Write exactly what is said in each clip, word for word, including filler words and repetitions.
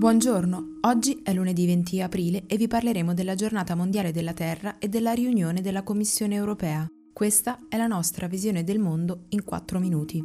Buongiorno, oggi è lunedì venti aprile e vi parleremo della Giornata Mondiale della Terra e della riunione della Commissione Europea. Questa è la nostra visione del mondo in quattro minuti.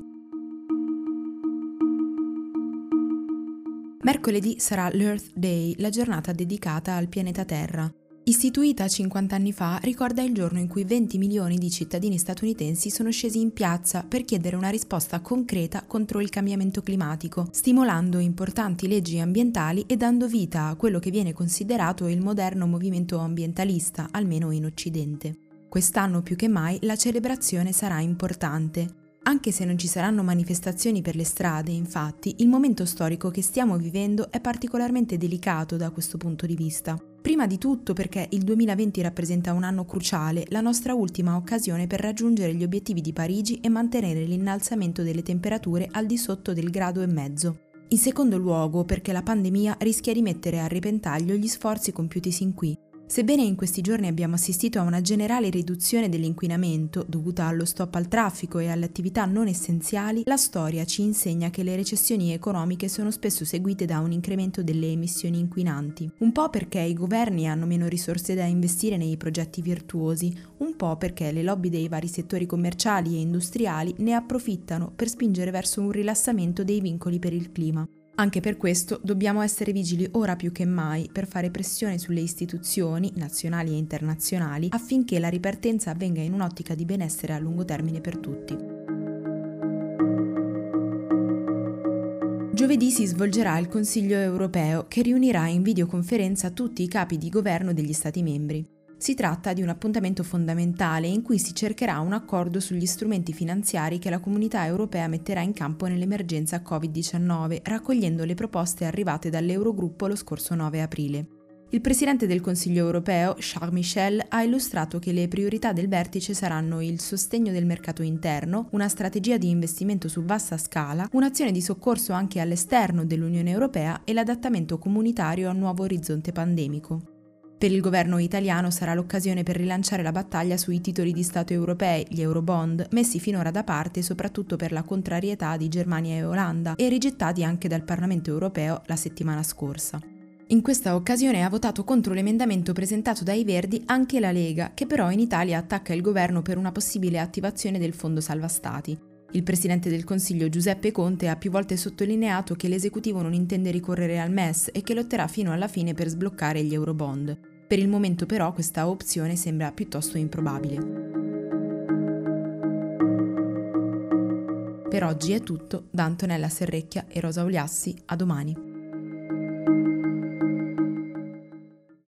Mercoledì sarà l'Earth Day, la giornata dedicata al pianeta Terra. Istituita cinquanta anni fa, ricorda il giorno in cui venti milioni di cittadini statunitensi sono scesi in piazza per chiedere una risposta concreta contro il cambiamento climatico, stimolando importanti leggi ambientali e dando vita a quello che viene considerato il moderno movimento ambientalista, almeno in Occidente. Quest'anno più che mai la celebrazione sarà importante. Anche se non ci saranno manifestazioni per le strade, infatti, il momento storico che stiamo vivendo è particolarmente delicato da questo punto di vista. Prima di tutto perché il duemilaventi rappresenta un anno cruciale, la nostra ultima occasione per raggiungere gli obiettivi di Parigi e mantenere l'innalzamento delle temperature al di sotto del grado e mezzo. In secondo luogo perché la pandemia rischia di mettere a repentaglio gli sforzi compiuti sin qui. Sebbene in questi giorni abbiamo assistito a una generale riduzione dell'inquinamento dovuta allo stop al traffico e alle attività non essenziali, la storia ci insegna che le recessioni economiche sono spesso seguite da un incremento delle emissioni inquinanti. Un po' perché i governi hanno meno risorse da investire nei progetti virtuosi, un po' perché le lobby dei vari settori commerciali e industriali ne approfittano per spingere verso un rilassamento dei vincoli per il clima. Anche per questo dobbiamo essere vigili ora più che mai per fare pressione sulle istituzioni, nazionali e internazionali, affinché la ripartenza avvenga in un'ottica di benessere a lungo termine per tutti. Giovedì si svolgerà il Consiglio europeo, che riunirà in videoconferenza tutti i capi di governo degli Stati membri. Si tratta di un appuntamento fondamentale in cui si cercherà un accordo sugli strumenti finanziari che la Comunità Europea metterà in campo nell'emergenza covid diciannove, raccogliendo le proposte arrivate dall'Eurogruppo lo scorso nove aprile. Il Presidente del Consiglio Europeo, Charles Michel, ha illustrato che le priorità del vertice saranno il sostegno del mercato interno, una strategia di investimento su vasta scala, un'azione di soccorso anche all'esterno dell'Unione Europea e l'adattamento comunitario al nuovo orizzonte pandemico. Per il governo italiano sarà l'occasione per rilanciare la battaglia sui titoli di Stato europei, gli Eurobond, messi finora da parte soprattutto per la contrarietà di Germania e Olanda e rigettati anche dal Parlamento europeo la settimana scorsa. In questa occasione ha votato contro l'emendamento presentato dai Verdi anche la Lega, che però in Italia attacca il governo per una possibile attivazione del Fondo Salva Stati. Il Presidente del Consiglio Giuseppe Conte ha più volte sottolineato che l'esecutivo non intende ricorrere al M E S e che lotterà fino alla fine per sbloccare gli Eurobond. Per il momento però questa opzione sembra piuttosto improbabile. Per oggi è tutto, da Antonella Serrecchia e Rosa Uliassi, a domani.